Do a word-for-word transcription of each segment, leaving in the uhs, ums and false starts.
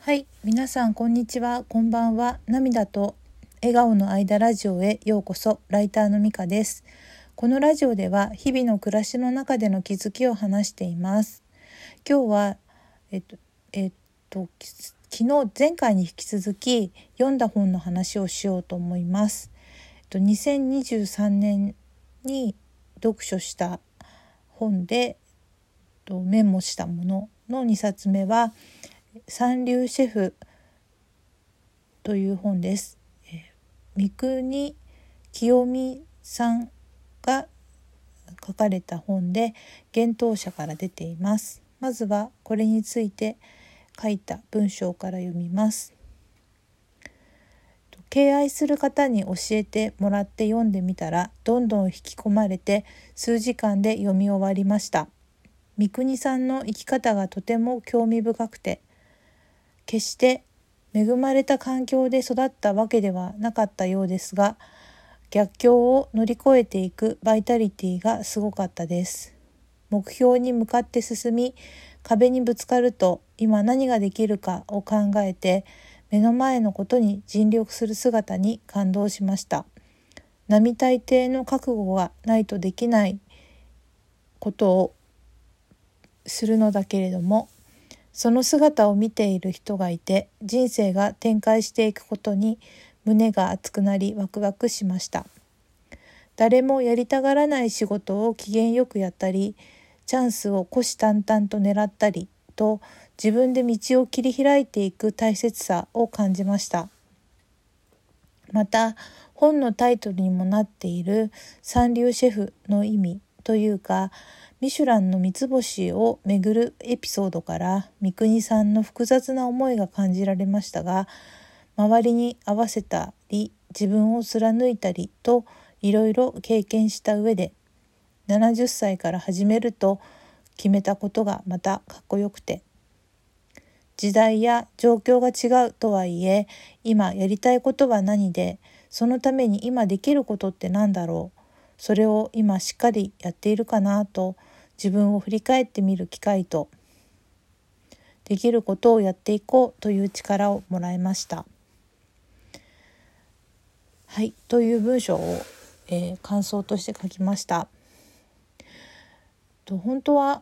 はい、皆さんこんにちは、こんばんは。涙と笑顔の間ラジオへようこそ。ライターのみかです。このラジオでは日々の暮らしの中での気づきを話しています。今日はえっとえっと昨日前回に引き続き読んだ本の話をしようと思います。えっとにせんにじゅうさんねんに読書した本でとメモしたもののにさつめは三流シェフという本です。えー、三國清三さんが書かれた本で幻冬舎から出ています。まずはこれについて書いた文章から読みます。敬愛する方に教えてもらって読んでみたらどんどん引き込まれて数時間で読み終わりました。三國さんの生き方がとても興味深くて、決して恵まれた環境で育ったわけではなかったようですが、逆境を乗り越えていくバイタリティがすごかったです。目標に向かって進み、壁にぶつかると今何ができるかを考えて目の前のことに尽力する姿に感動しました。並大抵の覚悟がないとできないことをするのだけれども、その姿を見ている人がいて人生が展開していくことに胸が熱くなりワクワクしました。誰もやりたがらない仕事を機嫌よくやったり、チャンスを虎視眈々と狙ったりと自分で道を切り開いていく大切さを感じました。また本のタイトルにもなっている三流シェフの意味というか、ミシュランの三つ星をめぐるエピソードから三國さんの複雑な思いが感じられましたが、周りに合わせたり自分を貫いたりといろいろ経験した上でななじゅっさいから始めると決めたことがまたかっこよくて、時代や状況が違うとはいえ今やりたいことは何で、そのために今できることって何だろう、それを今しっかりやっているかなと自分を振り返ってみる機会と、できることをやっていこうという力をもらいました。はい、という文章を、えー、感想として書きました。と本当は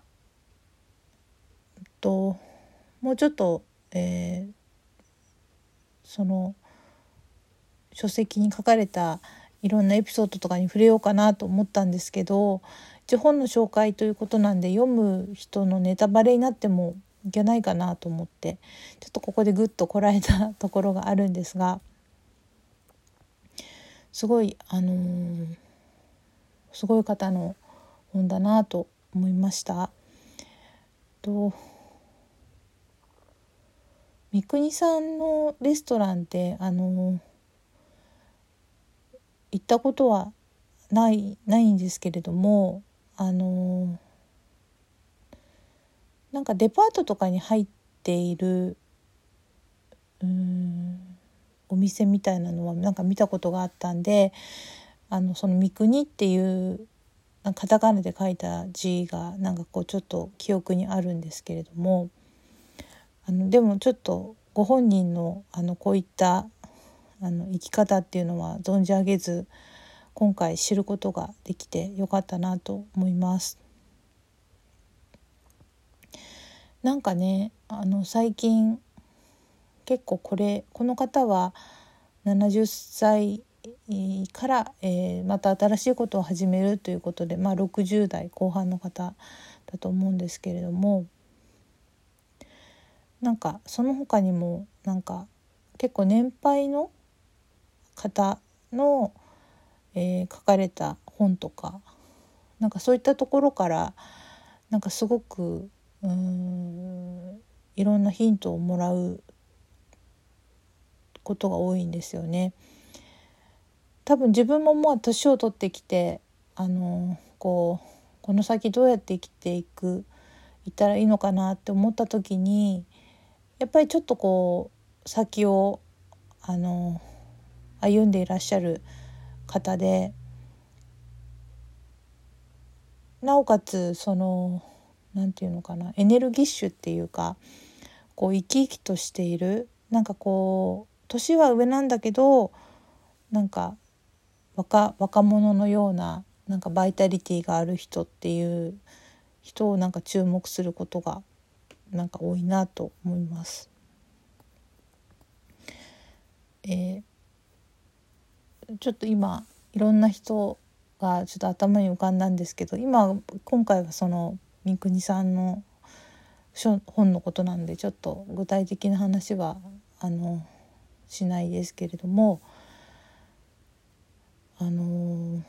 ともうちょっと、えー、その書籍に書かれたいろんなエピソードとかに触れようかなと思ったんですけど、一応本の紹介ということなんで読む人のネタバレになってもいけないかなと思ってちょっとここでグッとこらえたところがあるんですが、すごいあのー、すごい方の本だなと思いました。と三國さんのレストランってあのー、行ったことはないないんですけれども、あのなんかデパートとかに入っているうーんお店みたいなのはなんか見たことがあったんで、あのその三國っていうカタカナで書いた字がなんかこうちょっと記憶にあるんですけれども、あのでもちょっとご本人のあのこういったあの生き方っていうのは存じ上げず、今回知ることができてよかったなと思います。なんかね、あの最近結構これこの方はななじゅっさいから、えー、また新しいことを始めるということで、まあ、ろくじゅう代後半の方だと思うんですけれども、なんかその他にもなんか結構年配の方の、えー、書かれた本とか、なんかそういったところからなんかすごくうーんいろんなヒントをもらうことが多いんですよね。多分自分ももう年を取ってきて、あのこうこの先どうやって生きていくいったらいいのかなって思った時に、やっぱりちょっとこう先をあの歩んでいらっしゃる方で、なおかつそのなんていうのかな、エネルギッシュっていうか、 こう生き生きとしている、なんかこう年は上なんだけどなんか若若者のようななんかバイタリティがある人っていう人をなんか注目することがなんか多いなと思います。えー、ちょっと今いろんな人がちょっと頭に浮かんだんですけど、今今回はその三國さんの本のことなんでちょっと具体的な話はあのしないですけれども、あの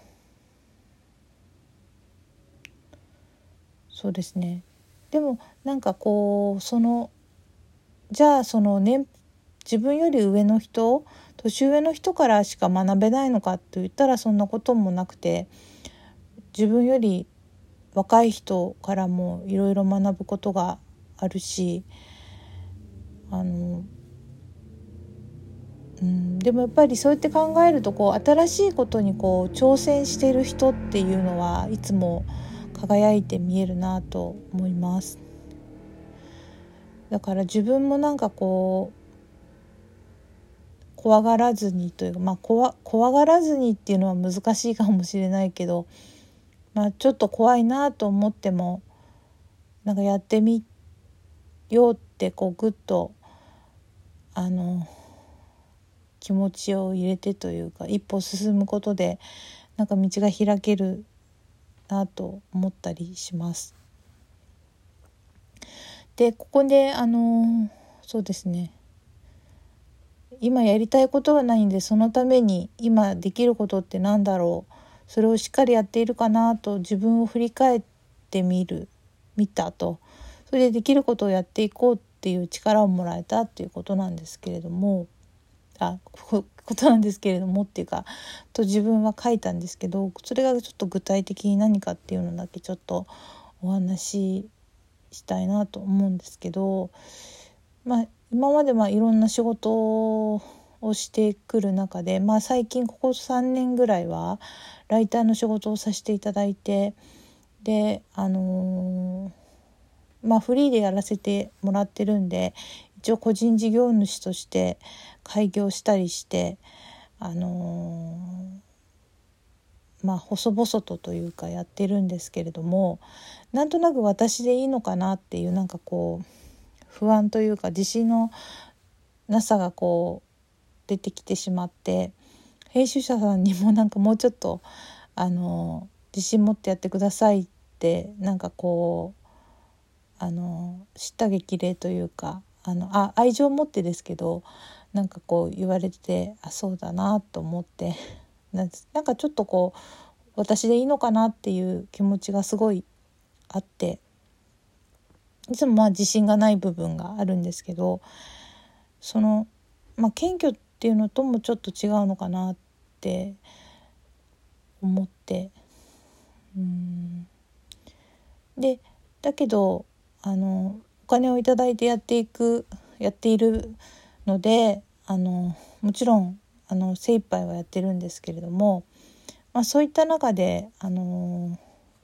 そうですね。でもなんかこうそのじゃあその年自分より上の人年上の人からしか学べないのかと言ったらそんなこともなくて、自分より若い人からもいろいろ学ぶことがあるし、あの、うん、でもやっぱりそうやって考えるとこう新しいことにこう挑戦している人っていうのはいつも輝いて見えるなと思います。だから自分もなんかこう怖がらずにというか、まあ、怖怖がらずにっていうのは難しいかもしれないけど、まあ、ちょっと怖いなと思ってもなんかやってみようってこうグッとあの気持ちを入れてというか一歩進むことでなんか道が開けるなと思ったりします。でここであのそうですね、今やりたいことがないんでそのために今できることってなんだろう、それをしっかりやっているかなと自分を振り返ってみる見たと、それでできることをやっていこうっていう力をもらえたっていうことなんですけれども、あことなんですけれどもっていうかと自分は書いたんですけど、それがちょっと具体的に何かっていうのだけちょっとお話ししたいなと思うんですけど、まあ今までまあいろんな仕事をしてくる中で、まあ、最近ここさんねんぐらいはライターの仕事をさせていただいて、であのー、まあフリーでやらせてもらってるんで一応個人事業主として開業したりしてあのー、まあ細々とというかやってるんですけれども、なんとなく私でいいのかなっていうなんかこう不安というか自信のなさがこう出てきてしまって、編集者さんにもなんかもうちょっとあの自信持ってやってくださいってなんかこうあの叱咤激励というかあのあ愛情を持ってですけどなんかこう言われて、あそうだなと思ってなんかちょっとこう私でいいのかなっていう気持ちがすごいあって、いつもまあ自信がない部分があるんですけど、その、まあ、謙虚っていうのともちょっと違うのかなって思って、うーんでだけどあのお金をいただいてやっていくやっているのであのもちろんあの精一杯はやってるんですけれども、まあ、そういった中であの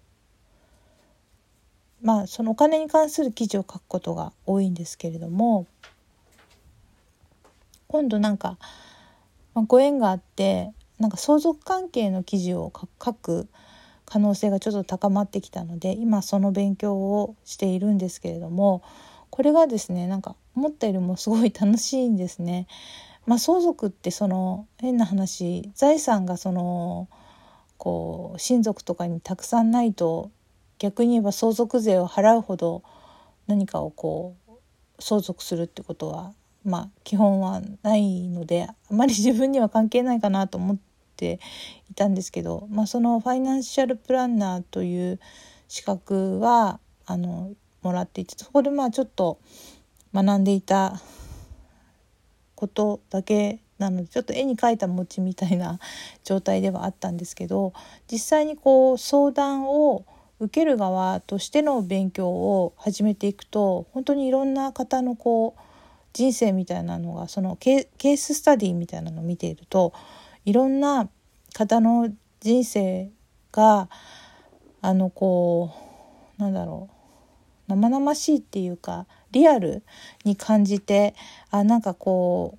まあそのお金に関する記事を書くことが多いんですけれども、今度なんか、まあ、ご縁があってなんか相続関係の記事を書く可能性がちょっと高まってきたので今その勉強をしているんですけれども、これがですねなんか思ったよりもすごい楽しいんですね。まあ、相続ってその変な話財産がそのこう親族とかにたくさんないと逆に言えば相続税を払うほど何かをこう相続するってことはまあ基本はないのであまり自分には関係ないかなと思っていたんですけど、まあ、そのファイナンシャルプランナーという資格はあのもらっていて、そこでまあちょっと学んでいたことだけなのでちょっと絵に描いた餅みたいな状態ではあったんですけど、実際にこう相談を受ける側としての勉強を始めていくと本当にいろんな方のこう人生みたいなのがそのケーススタディみたいなのを見ているといろんな方の人生があのこうなんだろう生々しいっていうかリアルに感じて、あなんかこ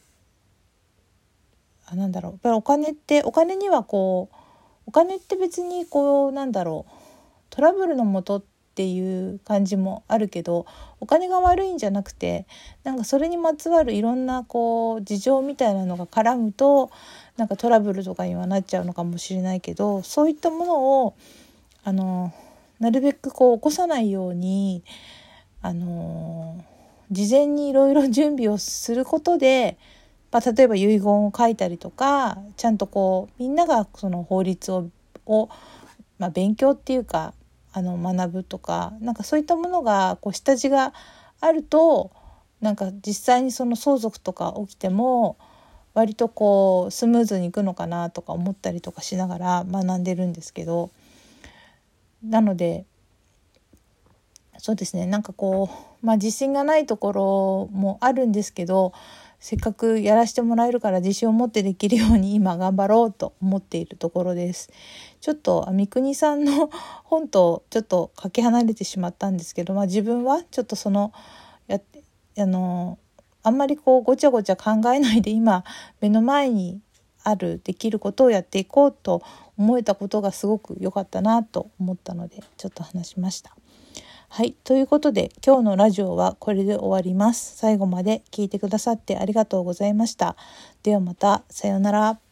うあなんだろうやっぱりお金ってお金にはこうお金って別にこうなんだろうトラブルのもとっていう感じもあるけど、お金が悪いんじゃなくて、なんかそれにまつわるいろんなこう事情みたいなのが絡むとなんかトラブルとかにはなっちゃうのかもしれないけど、そういったものをあのなるべくこう起こさないようにあの事前にいろいろ準備をすることで、まあ、例えば遺言を書いたりとか、ちゃんとこうみんながその法律をを、まあ、勉強っていうかあの学ぶとか、なんかそういったものがこう下地があると、なんか実際にその相続とか起きても割とこうスムーズにいくのかなとか思ったりとかしながら学んでるんですけど、なのでそうですね、なんかこう、まあ、自信がないところもあるんですけど、せっかくやらせてもらえるから自信を持ってできるように今頑張ろうと思っているところです。ちょっと三國さんの本とちょっとかけ離れてしまったんですけど、まあ、自分はちょっとそのやってあのあんまりこうごちゃごちゃ考えないで今目の前にあるできることをやっていこうと思えたことがすごく良かったなと思ったのでちょっと話しました。はい、ということで今日のラジオはこれで終わります。最後まで聞いてくださってありがとうございました。ではまた、さようなら。